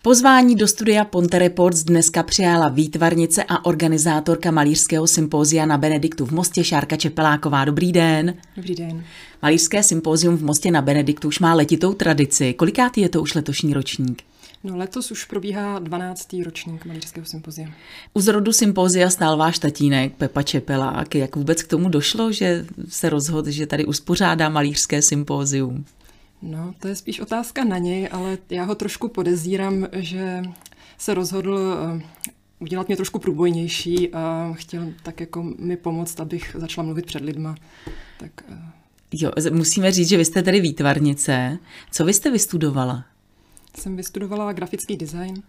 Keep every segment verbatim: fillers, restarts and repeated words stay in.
Pozvání do studia Ponte Reports dneska přijala výtvarnice a organizátorka malířského sympózia na Benediktu v Mostě Šárka Čepeláková. Dobrý den. Dobrý den. Malířské sympózium v Mostě na Benediktu už má letitou tradici. Kolikátý je to už letošní ročník? No, letos už probíhá dvanáctý ročník malířského sympózia. U zrodu sympózia stál váš tatínek Pepa Čepelák. Jak vůbec k tomu došlo, že se rozhodl, že tady uspořádá malířské sympózium? No, to je spíš otázka na něj, ale já ho trošku podezírám, že se rozhodl udělat mě trošku průbojnější a chtěl tak jako mi pomoct, abych začala mluvit před lidma. Tak... Jo, musíme říct, že vy jste tedy výtvarnice. Co vy jste vystudovala? Jsem vystudovala grafický design,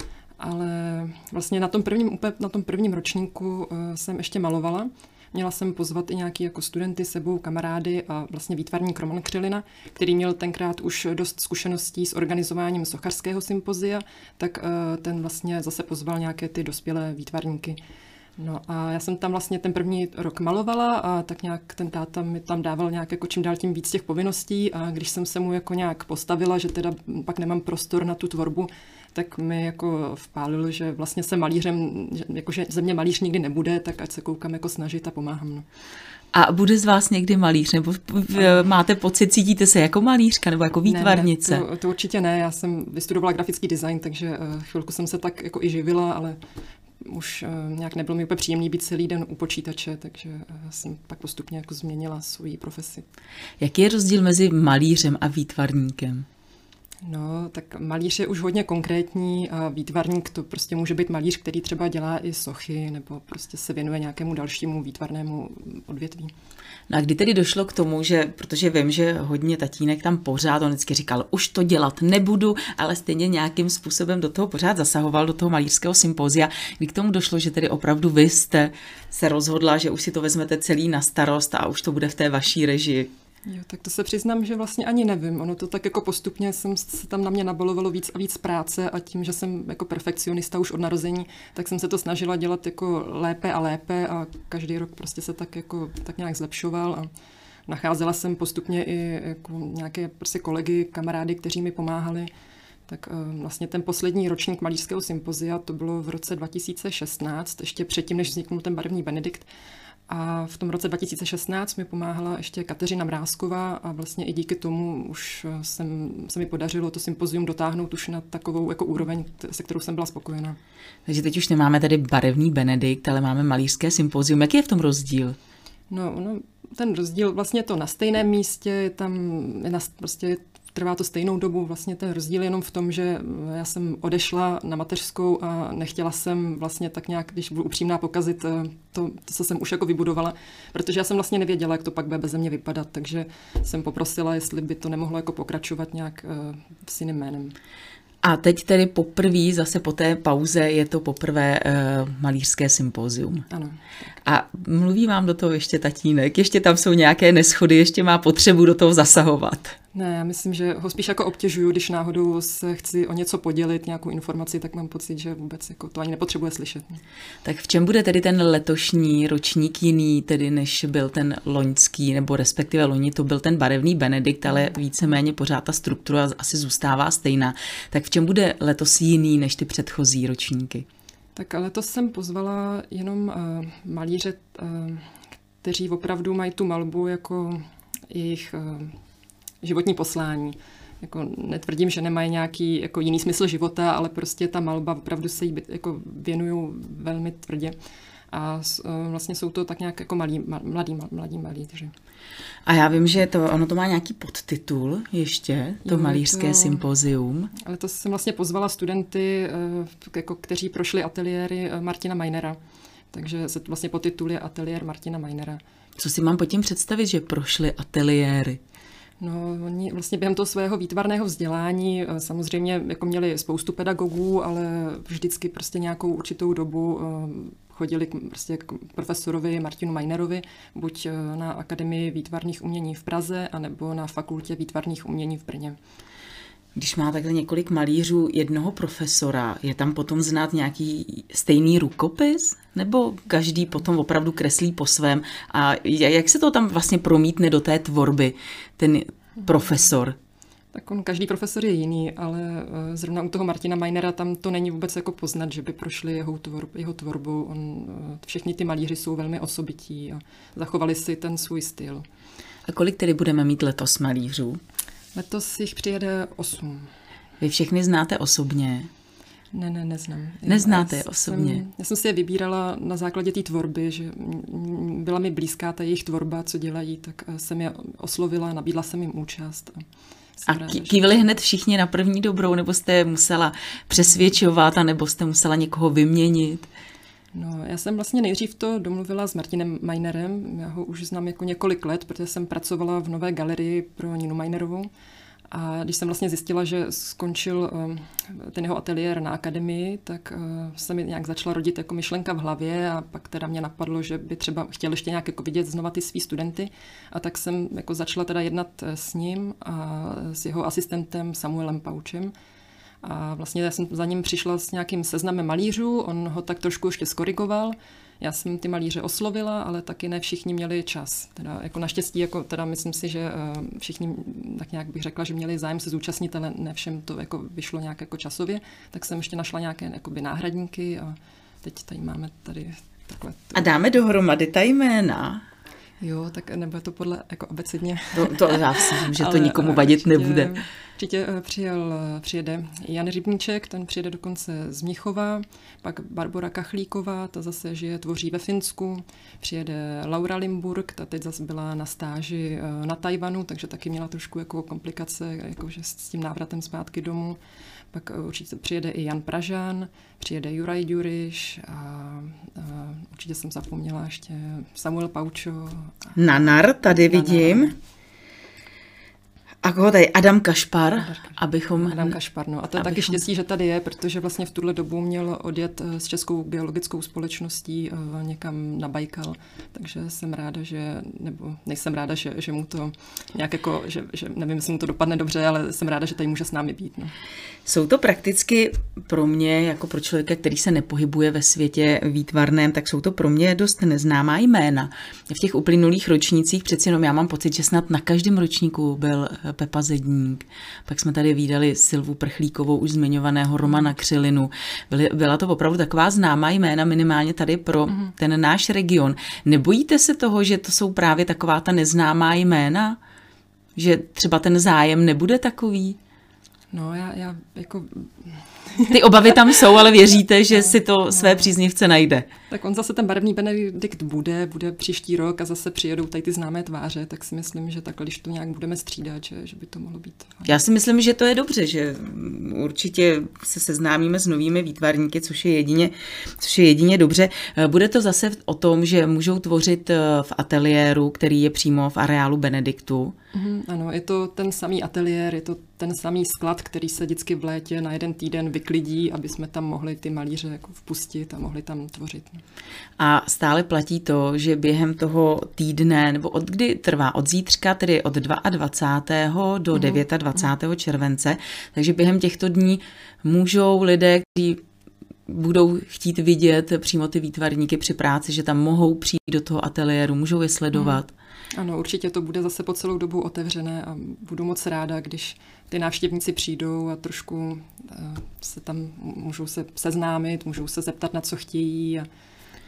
ale vlastně na tom prvním, na tom prvním ročníku jsem ještě malovala. Měla jsem pozvat i nějaký jako studenty sebou, kamarády a vlastně výtvarník Roman Křelina, který měl tenkrát už dost zkušeností s organizováním sochařského sympozia, tak ten vlastně zase pozval nějaké ty dospělé výtvarníky. No a já jsem tam vlastně ten první rok malovala a tak nějak ten táta mi tam dával nějak jako čím dál tím víc těch povinností a když jsem se mu jako nějak postavila, že teda pak nemám prostor na tu tvorbu, tak mi jako vpálil, že vlastně se malířem, jakože ze mě malíř nikdy nebude, tak ať se koukám jako snažit a pomáhám. No. A bude z vás někdy malíř? Nebo máte pocit, cítíte se jako malířka nebo jako výtvarnice? Ne, ne, to, to určitě ne, já jsem vystudovala grafický design, takže chvilku jsem se tak jako i živila, ale už uh, nějak nebylo mi úplně příjemný být celý den u počítače, takže uh, jsem pak postupně jako změnila svoji profesi. Jaký je rozdíl mezi malířem a výtvarníkem? No, tak malíř je už hodně konkrétní a výtvarník to prostě může být malíř, který třeba dělá i sochy nebo prostě se věnuje nějakému dalšímu výtvarnému odvětví. No a kdy tedy došlo k tomu, že, protože vím, že hodně tatínek tam pořád, on vždycky říkal, už to dělat nebudu, ale stejně nějakým způsobem do toho pořád zasahoval, do toho malířského sympózia. Kdy k tomu došlo, že tedy opravdu vy jste se rozhodla, že už si to vezmete celý na starost a už to bude v té vaší režii? Jo, tak to se přiznám, že vlastně ani nevím. Ono to tak jako postupně jsem se tam na mě nabalovalo víc a víc práce a tím, že jsem jako perfekcionista už od narození, tak jsem se to snažila dělat jako lépe a lépe a každý rok prostě se tak jako tak nějak zlepšoval a nacházela jsem postupně i jako nějaké prostě kolegy, kamarády, kteří mi pomáhali. Tak vlastně ten poslední ročník malířského sympozia, to bylo v roce dva tisíce šestnáct, ještě předtím, než vzniknul ten barevný Benedikt. A v tom roce dva tisíce šestnáct mi pomáhala ještě Kateřina Mrázková a vlastně i díky tomu už jsem, se mi podařilo to sympozium dotáhnout už na takovou jako úroveň, se kterou jsem byla spokojená. Takže teď už nemáme tady barevný Benedikt, ale máme malířské sympozium. Jaký je v tom rozdíl? No, no ten rozdíl vlastně to na stejném místě, je tam je na, prostě trvá to stejnou dobu, vlastně ten rozdíl je jenom v tom, že já jsem odešla na mateřskou a nechtěla jsem vlastně tak nějak, když budu upřímná, pokazit to, to, co jsem už jako vybudovala, protože já jsem vlastně nevěděla, jak to pak bude beze mě vypadat, takže jsem poprosila, jestli by to nemohlo jako pokračovat nějak uh, s jiným jménem. A teď tedy poprvé, zase po té pauze, je to poprvé uh, malířské sympózium. Ano. A mluví vám do toho ještě tatínek? Ještě tam jsou nějaké neschody, ještě má potřebu do toho zasahovat? Ne, já myslím, že ho spíš jako obtěžuju, když náhodou se chci o něco podělit, nějakou informaci, tak mám pocit, že vůbec jako to ani nepotřebuje slyšet. Tak v čem bude tedy ten letošní ročník jiný, tedy než byl ten loňský, nebo respektive loni to byl ten barevný Benedikt, ale víceméně pořád ta struktura asi zůstává stejná. Tak v čem bude letos jiný než ty předchozí ročníky? Tak letos jsem pozvala jenom uh, malíře, uh, kteří opravdu mají tu malbu jako jejich uh, životní poslání. Jako netvrdím, že nemají nějaký jako jiný smysl života, ale prostě ta malba opravdu se jí jako věnují velmi tvrdě. A uh, vlastně jsou to tak nějak jako malí, mladí, mladí malíři. A já vím, že to, ono to má nějaký podtitul ještě, to jo, malířské to, sympózium. Ale to jsem vlastně pozvala studenty, uh, jako, kteří prošli ateliéry uh, Martina Majnera. Takže se to vlastně podtitul je Ateliér Martina Majnera. Co si mám pod tím představit, že prošli ateliéry? No, oni vlastně během toho svého výtvarného vzdělání samozřejmě jako měli spoustu pedagogů, ale vždycky prostě nějakou určitou dobu chodili k, prostě k profesorovi Martinu Majnerovi, buď na Akademii výtvarných umění v Praze, anebo na Fakultě výtvarných umění v Brně. Když má takhle několik malířů jednoho profesora, je tam potom znát nějaký stejný rukopis? Nebo každý potom opravdu kreslí po svém? A jak se to tam vlastně promítne do té tvorby, ten profesor? Tak on, každý profesor je jiný, ale zrovna u toho Martina Meinera tam to není vůbec jako poznat, že by prošli jeho, tvor, jeho tvorbou. On, všichni ty malíři jsou velmi osobití a zachovali si ten svůj styl. A kolik tedy budeme mít letos malířů? Letos jich přijede osm. Vy všechny znáte osobně? Ne, ne, neznám. Neznáte já je osobně? Jsem, já jsem si je vybírala na základě té tvorby, že byla mi blízká ta jejich tvorba, co dělají, tak jsem je oslovila, nabídla jsem jim účast. A, a kývili hned všichni na první dobrou, nebo jste je musela přesvědčovat, anebo jste musela někoho vyměnit? No, já jsem vlastně nejdřív to domluvila s Martinem Meinerem, já ho už znám jako několik let, protože jsem pracovala v Nové galerii pro Ninu Meinerovou. A když jsem vlastně zjistila, že skončil ten jeho ateliér na akademii, tak se mi nějak začala rodit jako myšlenka v hlavě a pak teda mě napadlo, že by třeba chtěl ještě nějak jako vidět znova ty svý studenty. A tak jsem jako začala teda jednat s ním a s jeho asistentem Samuelem Paučem. A vlastně já jsem za ním přišla s nějakým seznamem malířů, on ho tak trošku ještě skorigoval. Já jsem ty malíře oslovila, ale taky ne všichni měli čas. Teda jako naštěstí, jako teda myslím si, že všichni, tak nějak bych řekla, že měli zájem se zúčastnit, ale ne všem to jako vyšlo nějak jako časově. Tak jsem ještě našla nějaké jakoby náhradníky a teď tady máme tady takhle. A dáme dohromady ta jména. Jo, tak nebude to podle jako abecedně. To, to já si myslím, že to nikomu vadit určitě, nebude. Určitě přijel, přijede Jan Rybníček, ten přijede dokonce z Mnichova, pak Barbora Kachlíková, ta zase žije, tvoří ve Finsku, přijede Laura Limburg, ta teď zase byla na stáži na Tajvanu, takže taky měla trošku jako komplikace jakože s tím návratem zpátky domů. Pak určitě přijede i Jan Pražán, přijede Juraj Ďuriš a, a určitě jsem zapomněla ještě Samuel Paučo. Nanar tady vidím. A koho tady? Adam Kašpar, Adam Kašpar. abychom... Adam Kašpar, no. A to je abychom... taky štěstí, že tady je, protože vlastně v tuhle dobu měl odjet s Českou geologickou společností někam na Bajkal, takže jsem ráda, že, nebo nejsem ráda, že, že mu to nějak jako, že, že nevím, jestli mu to dopadne dobře, ale jsem ráda, že tady může s námi být, no. Jsou to prakticky pro mě, jako pro člověka, který se nepohybuje ve světě výtvarném, tak jsou to pro mě dost neznámá jména. V těch uplynulých ročnících přeci jenom já mám pocit, že snad na každém ročníku byl Pepa Zedník. Pak jsme tady vídali Silvu Prchlíkovou, už zmiňovaného Romana Křilinu. Byly, byla to opravdu taková známá jména, minimálně tady pro mm. ten náš region. Nebojíte se toho, že to jsou právě taková ta neznámá jména? Že třeba ten zájem nebude takový? No, já, já jako... Ty obavy tam jsou, ale věříte, že si to své příznivce najde. Tak on zase ten barevný Benedikt bude, bude příští rok a zase přijedou tady ty známé tváře, tak si myslím, že takhle, když to nějak budeme střídat, že, že by to mohlo být. Já si myslím, že to je dobře, že určitě se seznámíme s novými výtvarníky, což je jedině, což je jedině dobře. Bude to zase o tom, že můžou tvořit v ateliéru, který je přímo v areálu Benediktu. Mm, ano, je to ten samý ateliér, je to ten samý sklad, který se vždycky v létě na jeden týden vyklidí, aby jsme tam mohli ty malíře jako vpustit a mohli tam tvořit. A stále platí to, že během toho týdne, nebo od kdy trvá, od zítřka, tedy od dvacátého druhého do dvacátého devátého mm. července, takže během těchto dní můžou lidé, kteří budou chtít vidět přímo ty výtvarníky při práci, že tam mohou přijít do toho ateliéru, můžou je sledovat. Mm. Ano, určitě to bude zase po celou dobu otevřené a budu moc ráda, když ty návštěvníci přijdou a trošku se tam můžou se seznámit, můžou se zeptat, na co chtějí. A...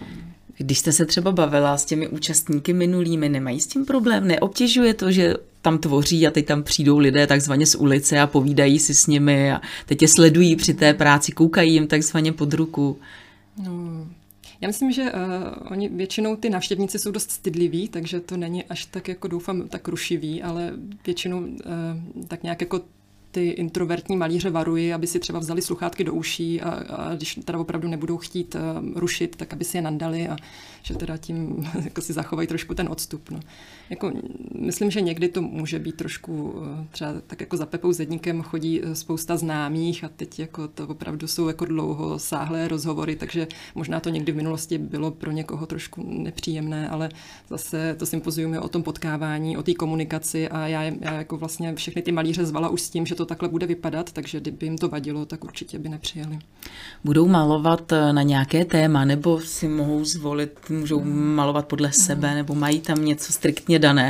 Když jste se třeba bavila s těmi účastníky minulými, nemají s tím problém? Neobtěžuje to, že tam tvoří a teď tam přijdou lidé takzvaně z ulice a povídají si s nimi a teď je sledují při té práci, koukají jim takzvaně pod ruku? No... Já myslím, že uh, oni většinou ty návštěvníci jsou dost stydliví, takže to není až tak jako doufám tak rušivý, ale většinou uh, tak nějak jako ty introvertní malíře varuji, aby si třeba vzali sluchátky do uší a, a když teda opravdu nebudou chtít uh, rušit, tak aby si je nandali a že teda tím jako si zachovají trošku ten odstup. No. Jako, myslím, že někdy to může být trošku, uh, třeba tak jako za Pepou Zedníkem chodí spousta známých a teď jako to opravdu jsou jako dlouhosáhlé rozhovory, takže možná to někdy v minulosti bylo pro někoho trošku nepříjemné, ale zase to sympozium je o tom potkávání, o té komunikaci a já, já jako vlastně všechny ty malíře zvala už s tím, že to takhle bude vypadat, takže kdyby jim to vadilo, tak určitě by nepřijeli. Budou malovat na nějaké téma, nebo si mohou zvolit, můžou malovat podle sebe, nebo mají tam něco striktně daného?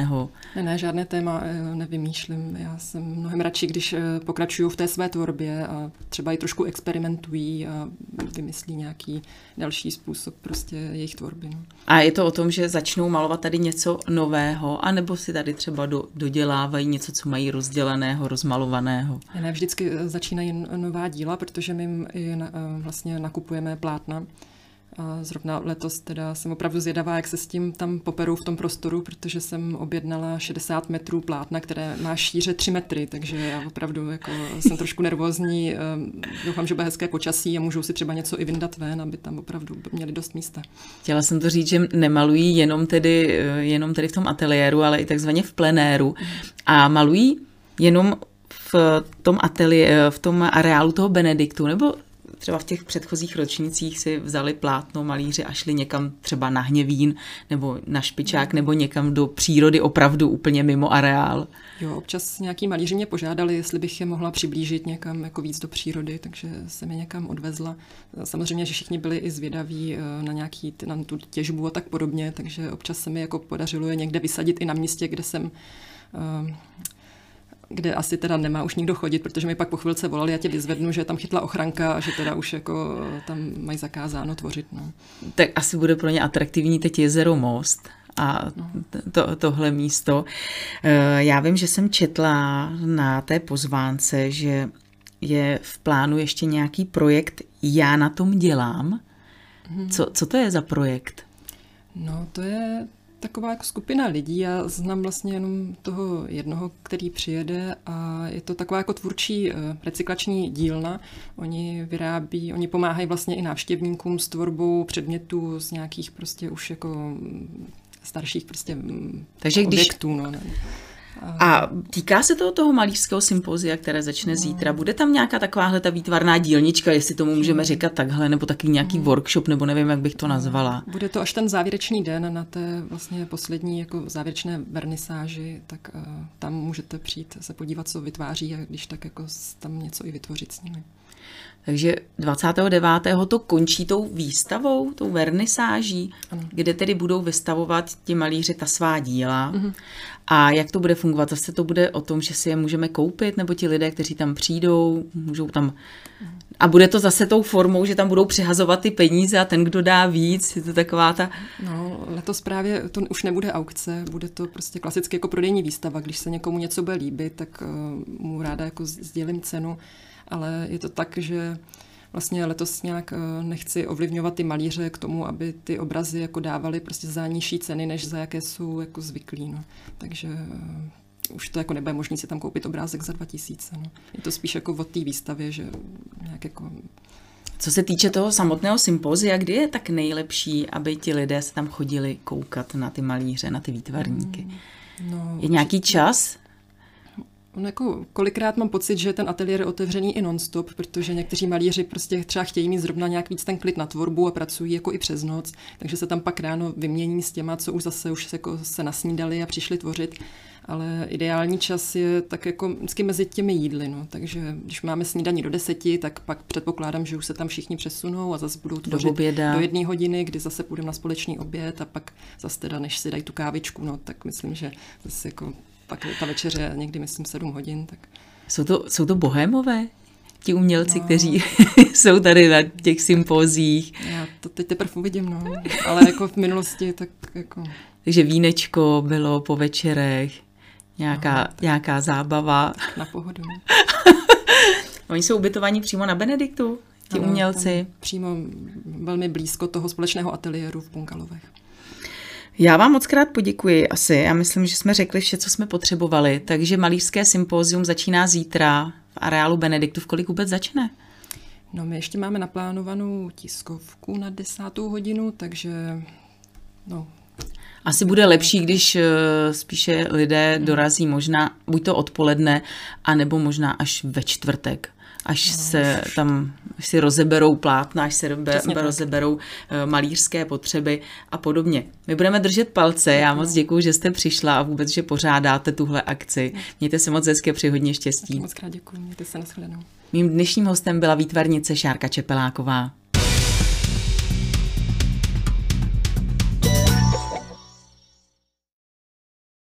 Ne, ne, žádné téma nevymýšlím. Já jsem mnohem radši, když pokračují v té své tvorbě a třeba i trošku experimentují a vymyslí nějaký další způsob prostě jejich tvorby. No. A je to o tom, že začnou malovat tady něco nového, anebo si tady třeba do, dodělávají něco, co mají rozděleného, rozmalovaného? Ne, ne, vždycky začínají nová díla, protože my i na, vlastně nakupujeme plátna. A zrovna letos teda jsem opravdu zvědavá, jak se s tím tam poperou v tom prostoru, protože jsem objednala šedesát metrů plátna, které má šíře tři metry, takže já opravdu jako jsem trošku nervózní. Doufám, že bude hezké počasí a můžou si třeba něco i vyndat ven, aby tam opravdu měli dost místa. Chtěla jsem to říct, že nemalují jenom tedy, jenom tedy v tom ateliéru, ale i takzvaně v plenéru. A malují jenom v tom ateliéru, v tom areálu toho Benediktu, nebo třeba v těch předchozích ročnících si vzali plátno malíři a šli někam třeba na Hněvín nebo na Špičák nebo někam do přírody opravdu úplně mimo areál. Jo, občas nějaký malíři mě požádali, jestli bych je mohla přiblížit někam jako víc do přírody, takže jsem je někam odvezla. Samozřejmě, že všichni byli i zvědaví na nějaký, na tu těžbu a tak podobně, takže občas se mi jako podařilo je někde vysadit i na místě, kde jsem uh, kde asi teda nemá už nikdo chodit, protože mi pak po chvilce volali, já tě vyzvednu, že tam chytla ochranka a že teda už jako tam mají zakázáno tvořit. No. Tak asi bude pro ně atraktivní teď jezero Most a to, tohle místo. Já vím, že jsem četla na té pozvánce, že je v plánu ještě nějaký projekt Já na tom dělám. Co, co to je za projekt? No, to je taková jako skupina lidí. Já znám vlastně jenom toho jednoho, který přijede a je to taková jako tvůrčí recyklační dílna. Oni vyrábí, oni pomáhají vlastně i návštěvníkům s tvorbou předmětů z nějakých prostě už jako starších prostě Takže objektů. Když... No, ne. A týká se toho toho malířského sympozia, které začne no. zítra. Bude tam nějaká takováhle ta výtvarná dílnička, jestli tomu můžeme říkat takhle, nebo taky nějaký no. workshop, nebo nevím, jak bych to nazvala. Bude to až ten závěrečný den na té vlastně poslední jako závěrečné vernisáži, tak uh, tam můžete přijít se podívat, co vytváří a když tak jako tam něco i vytvořit s nimi. Takže dvacátého devátého to končí tou výstavou, tou vernisáží, ano. kde tedy budou vystavovat ti malíři ta svá díla. Uh-huh. A jak to bude fungovat? Zase to bude o tom, že si je můžeme koupit, nebo ti lidé, kteří tam přijdou, můžou tam... A bude to zase tou formou, že tam budou přihazovat ty peníze a ten, kdo dá víc, je to taková ta... No, letos právě to už nebude aukce, bude to prostě klasicky jako prodejní výstava. Když se někomu něco bude líbit, tak uh, mu ráda jako sdělím cenu. Ale je to tak, že vlastně letos nějak nechci ovlivňovat ty malíře k tomu, aby ty obrazy jako dávali prostě za nižší ceny, než za jaké jsou jako zvyklí. No. Takže uh, už to jako nebude možný si tam koupit obrázek za dva tisíce. No. Je to spíš jako o té výstavě, že nějak jako... Co se týče toho samotného sympozia, kdy je tak nejlepší, aby ti lidé se tam chodili koukat na ty malíře, na ty výtvarníky? No, je nějaký čas? No jako kolikrát mám pocit, že ten ateliér je otevřený i non-stop, protože někteří malíři prostě třeba chtějí mít zrovna nějak víc ten klid na tvorbu a pracují jako i přes noc, takže se tam pak ráno vymění s těma, co už zase už se, jako se nasnídali a přišli tvořit. Ale ideální čas je tak jako vždycky mezi těmi jídly, no. Takže když máme snídaní do deseti, tak pak předpokládám, že už se tam všichni přesunou a zase budou tvořit do, do jedné hodiny, kdy zase půjdeme na společný oběd a pak zase teda, než si dají tu kávičku, no, tak myslím, že zase jako pak ta večeře někdy, myslím, sedm hodin. Tak... Jsou to, jsou to bohémové? Ti umělci, no. kteří jsou tady na těch sympozích. Já to teď teprve uvidím, no. Ale jako v minulosti, tak jako... Takže vínečko bylo po večerech, nějaká, no, nějaká zábava. Na pohodu. Oni jsou ubytovaní přímo na Benediktu, ti ano, umělci. Přímo velmi blízko toho společného ateliéru v Punkalovech. Já vám moc krát poděkuji asi. Já myslím, že jsme řekli vše, co jsme potřebovali. Takže malířské sympózium začíná zítra v areálu Benediktu. V kolik vůbec začne? No, my ještě máme naplánovanou tiskovku na desátou hodinu, takže no... Asi bude lepší, když spíše lidé dorazí možná buď to odpoledne, anebo možná až ve čtvrtek. Až no, se tam až si rozeberou plátna, až se robe, rozeberou uh, malířské potřeby a podobně. My budeme držet palce, já moc děkuju, že jste přišla a vůbec, že pořádáte tuhle akci. Mějte se moc hezky a přeji hodně štěstí. Moc krát děkuju, mějte se, nashledanou. Mým dnešním hostem byla výtvarnice Šárka Čepeláková.